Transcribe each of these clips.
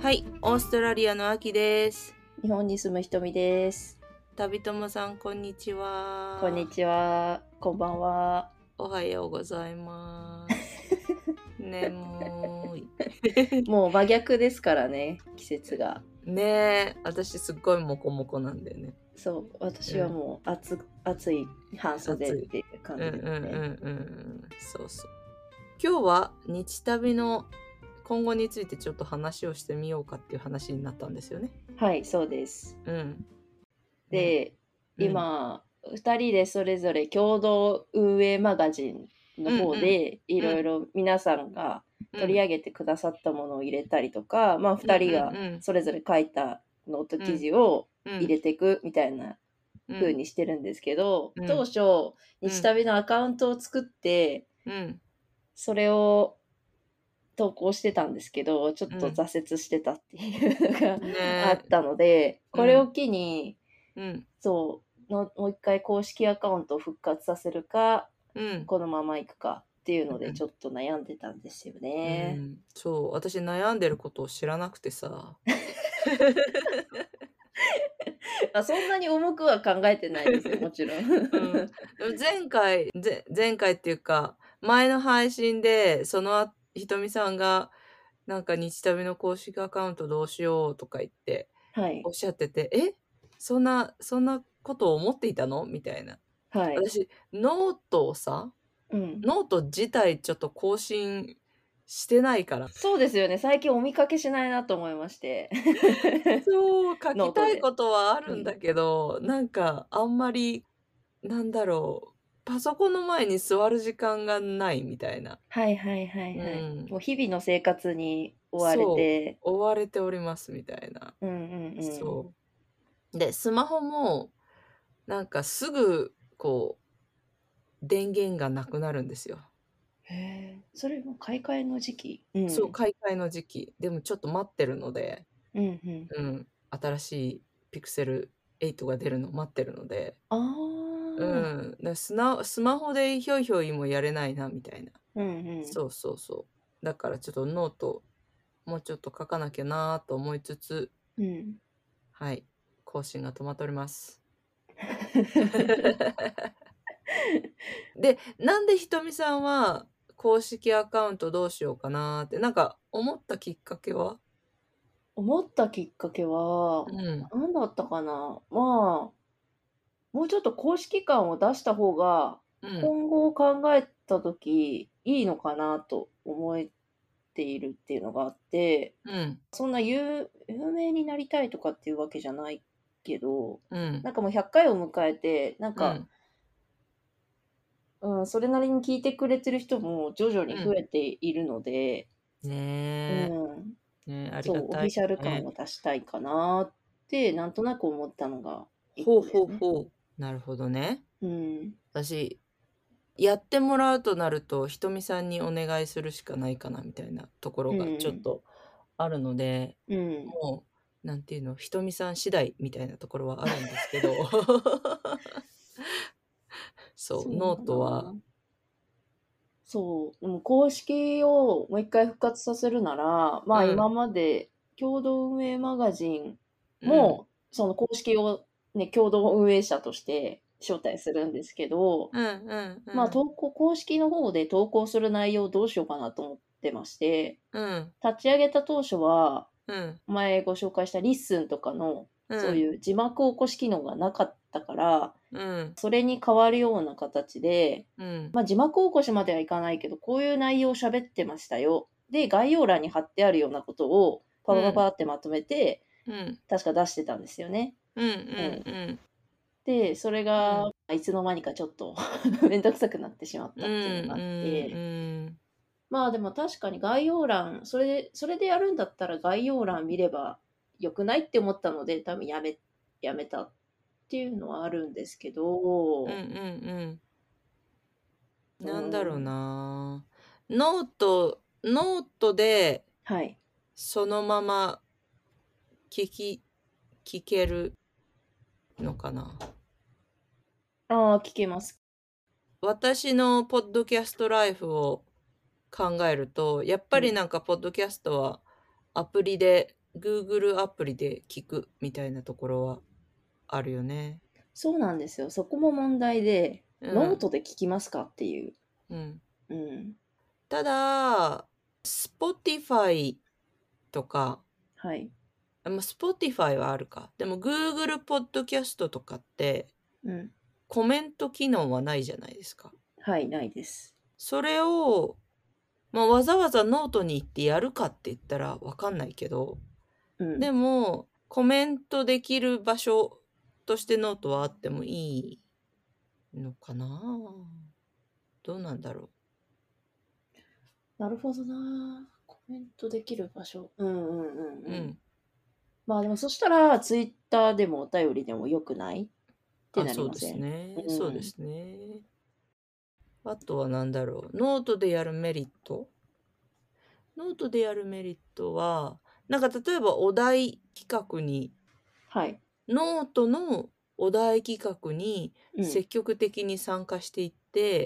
はい、オーストラリアの秋です。 日本に住むひとみです。 旅友さん、こんにちは。 こんにちは。こんばんは。 おはようございます。眠い。 もう真逆ですからね、季節が。 ねえ、私すっごいモコモコなんだよね。 そう、私はもう暑い半袖っていう感じですね。 そうそう。今日は日旅の今後についてちょっと話をしてみようかっていう話になったんですよね。 はい、そうです。 ね、 で、今、2人でそれぞれ共同運営マガジンの方でいろいろ皆さんが取り上げてくださったものを入れたりとか、まあ2人がそれぞれ書いたノート記事を入れていくみたいな風にしてるんですけど、当初日旅のアカウントを作って、それを投稿してたんですけど、ちょっと挫折してたっていうのがあったので、これを機に、そうもう一回公式アカウントを復活させるか、このままいくかっていうのでちょっと悩んでたんですよね。 そう、私悩んでることを知らなくてさ。 そんなに重くは考えてないですよ、もちろん。 前回っていうか、前の配信で、ひとみさんが、なんか日旅の公式アカウントどうしようとか言って、おっしゃってて、そんなことを思っていたのみたいな。私、ノートをさ、ノート自体ちょっと更新してないから。 そうですよね。最近お見かけしないなと思いまして。 そう、書きたいことはあるんだけど、なんかあんまり、なんだろう、パソコンの前に座る時間がないみたいな。 もう日々の生活に追われて。 追われておりますみたいな。そう。で、スマホも、なんかすぐ、電源がなくなるんですよ。 へー、それも買い替えの時期？ そう、買い替えの時期。でもちょっと待ってるので、新しいピクセル8が出るのを待ってるので、スマホでひょいひょいもやれないなみたいな。そうそうそう。だからちょっとノートもうちょっと書かなきゃなと思いつつ、はい、更新が止まっております。で、なんでひとみさんは公式アカウントどうしようかなって、なんか思ったきっかけは？ 思ったきっかけは、何だったかな。まあ、もうちょっと公式感を出した方が、今後を考えたとき、いいのかなと思っているっていうのがあって、そんな有名になりたいとかっていうわけじゃないけど、なんかもう100回を迎えて、なんか、それなりに聞いてくれてる人も徐々に増えているので、 ありがそう、オフたいィシャル感を出したいかなって、なんとなく思ったのが一ほう個ですね。 なるほどね。私、やってもらうとなると、ひとみさんにお願いするしかないかなみたいなところがちょっとあるので、もう、なんていうの、ひとみさん次第みたいなところはあるんですけど、そう、ノートは。 そう、でも公式をもう一回復活させるなら、まあ今まで共同運営マガジンも、その公式をね、共同運営者として招待するんですけど、まあ公式の方で投稿する内容をどうしようかなと思ってまして、立ち上げた当初は、前ご紹介したリッスンとかの、そういう字幕起こし機能がなかったから、それに変わるような形で、まあ字幕起こしまではいかないけど、こういう内容を喋ってましたよ。で、概要欄に貼ってあるようなことをパパパパってまとめて、確か出してたんですよね。で、それが、いつの間にかちょっとめんどくさくなってしまったっていうのがあって、まあでも確かに概要欄、それでやるんだったら概要欄見ればよくないって思ったので、多分やめたっていうのはあるんですけど、 なんだろうな。ノートで、そのまま聞けるのかな。 聞けます。 私のポッドキャストライフを考えると、やっぱりなんかポッドキャストはアプリで Google アプリで聞くみたいなところはあるよね。 そうなんですよ。そこも問題で、ノートで聞きますかっていう。 うん。 うん。 ただ、Spotify とか、 はい。 Spotify はあるか。でも Google ポッドキャストとかって、 うん。 コメント機能はないじゃないですか。 はい、ないです。 それを、わざわざノートに行ってやるかって言ったらわかんないけど、でも、コメントできる場所としてノートはあってもいいのかな？どうなんだろなるほどな。コメントできる場所。 う。うん。 まあでもそしたら、ツイッターでもお便りでもよくないってなりそうでません？ すね。そうですね。あとは何だろう。ノートでやるメリット？ノートでやるメリットは、なんか例えばお題企画に、 はい。 ノートのお題企画に積極的に参加していって、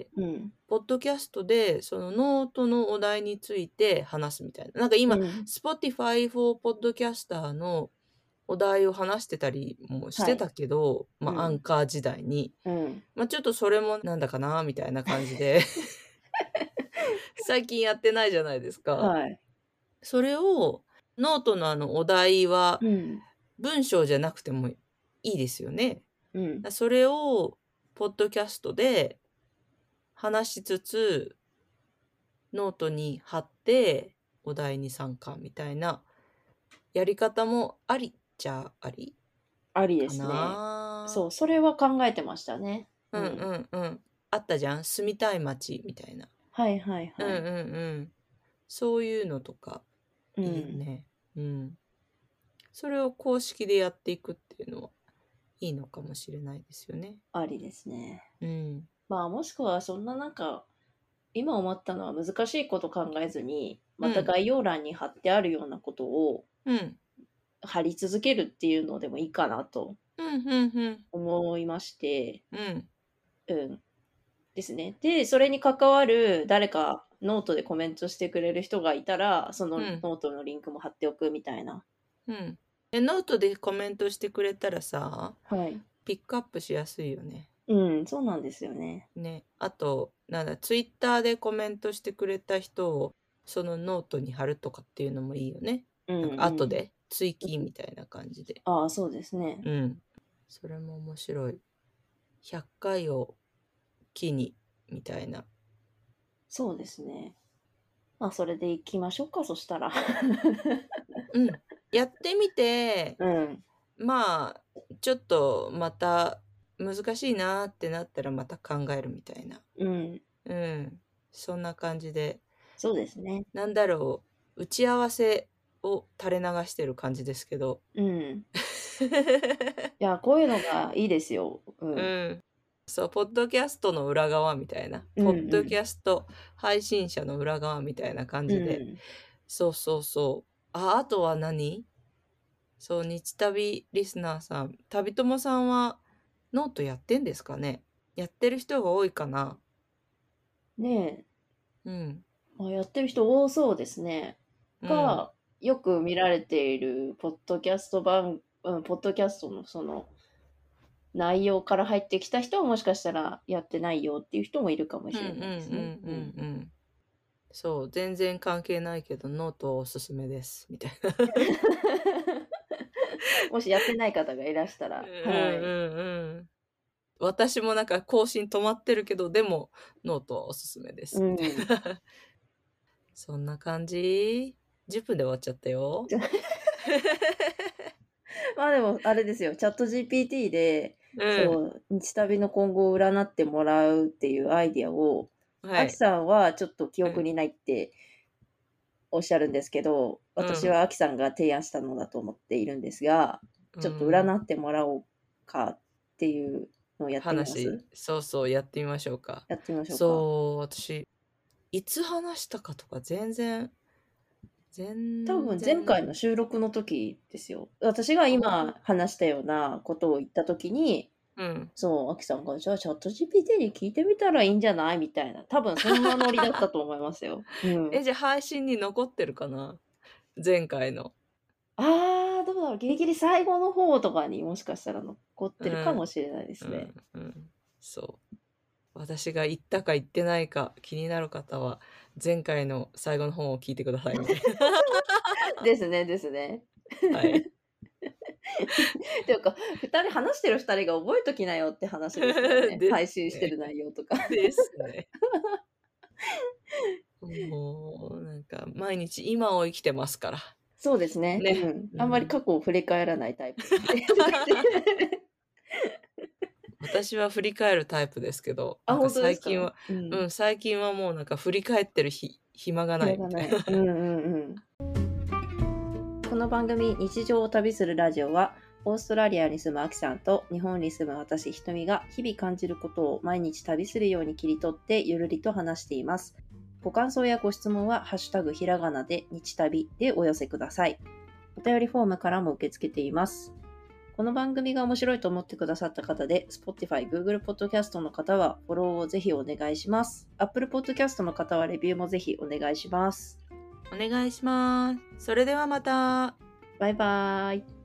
ポッドキャストでそのノートのお題について話すみたいな。なんか今、Spotify for Podcaster のお題を話してたりもしてたけど、アンカー時代に。ちょっとそれもなんだかなみたいな感じで最近やってないじゃないですか。 はい。 それをノートのお題は文章じゃなくてもいいですよね。それをポッドキャストで話しつつノートに貼ってお題に参加みたいなやり方もありっちゃありありですね。そう、それは考えてましたね。 あったじゃん。住みたい街みたいな。 はいはいはい。 そういうのとかいいよね。それを公式でやっていくっていうのはいいのかもしれないですよね。 ありですね。まあもしくはそんな今思ったのは難しいこと考えずに、また概要欄に貼ってあるようなことを貼り続けるっていうのでもいいかなと思いまして、ですね。で、それに関わる誰かノートでコメントしてくれる人がいたら、そのノートのリンクも貼っておくみたいな。 ノートでコメントしてくれたらさ、ピックアップしやすいよね。 そうなんですよね。 あと、ツイッターでコメントしてくれた人をそのノートに貼るとかっていうのもいいよね。後で追記みたいな感じで。 ああ、そうですね。 それも面白い。100回を機にみたいな。 そうですね。まあ、それでいきましょうか、そしたら。 やってみて、ちょっとまた難しいなってなったらまた考えるみたいな。そんな感じで。 そうですね。 なんだろう、打ち合わせを垂れ流してる感じですけど。 いや、こういうのがいいですよ。 そう、ポッドキャストの裏側みたいな。ポッドキャスト配信者の裏側みたいな感じで。そうそうそう。あとは何？そう、日旅リスナーさん。旅友さんはノートやってんですかね？やってる人が多いかな？ ねえ。やってる人多そうですね。よく見られているポッドキャストのその内容から入ってきた人はもしかしたらやってないよっていう人もいるかもしれないですね。 そう、全然関係ないけどノートおすすめですみたいな。 もしやってない方がいらしたら、 私もなんか更新止まってるけど、でもノートおすすめですみたいな。そんな感じ。10分で終わっちゃったよ。 まあでもあれですよ、チャット GPT で、そう、日旅の今後を占ってもらうっていうアイディアを、アキさんはちょっと記憶にないっておっしゃるんですけど、私はアキさんが提案したのだと思っているんですが、ちょっと占ってもらおうかっていうのをやってみます？ そうそう、やってみましょうか。 やってみましょうか。 そう、私、いつ話したかとか全然。 多分前回の収録の時ですよ。私が今話したようなことを言った時に、そう、アキさんが、じゃあチャット GPT に聞いてみたらいいんじゃないみたいな。多分そんなノリだったと思いますよ。 じゃあ配信に残ってるかな？前回の。 どうだろう。ギリギリ最後の方とかにもしかしたら残ってるかもしれないですね。 そう。私が言ったか言ってないか気になる方は、前回の最後の方を聞いてくださいね。 ですね、ですね。 はい。 ていうか、話してる2人が覚えときなよって話ですよね。 ですね。 配信してる内容とか。 ですね。もう、なんか、毎日今を生きてますから。 そうですね。 ね。 あんまり過去を振り返らないタイプ。 私は振り返るタイプですけど、 あ、 なんか本当ですか？ 最近はもうなんか振り返ってる暇がないみたいな。 この番組、日常を旅するラジオは、オーストラリアに住むアキさんと日本に住む私ひとみが日々感じることを毎日旅するように切り取ってゆるりと話しています。ご感想やご質問はハッシュタグひらがなで日旅でお寄せください。お便りフォームからも受け付けています。この番組が面白いと思ってくださった方で、Spotify、Google Podcast の方はフォローをぜひお願いします。Apple Podcast の方はレビューもぜひお願いします。 お願いします。それではまた。 バイバーイ。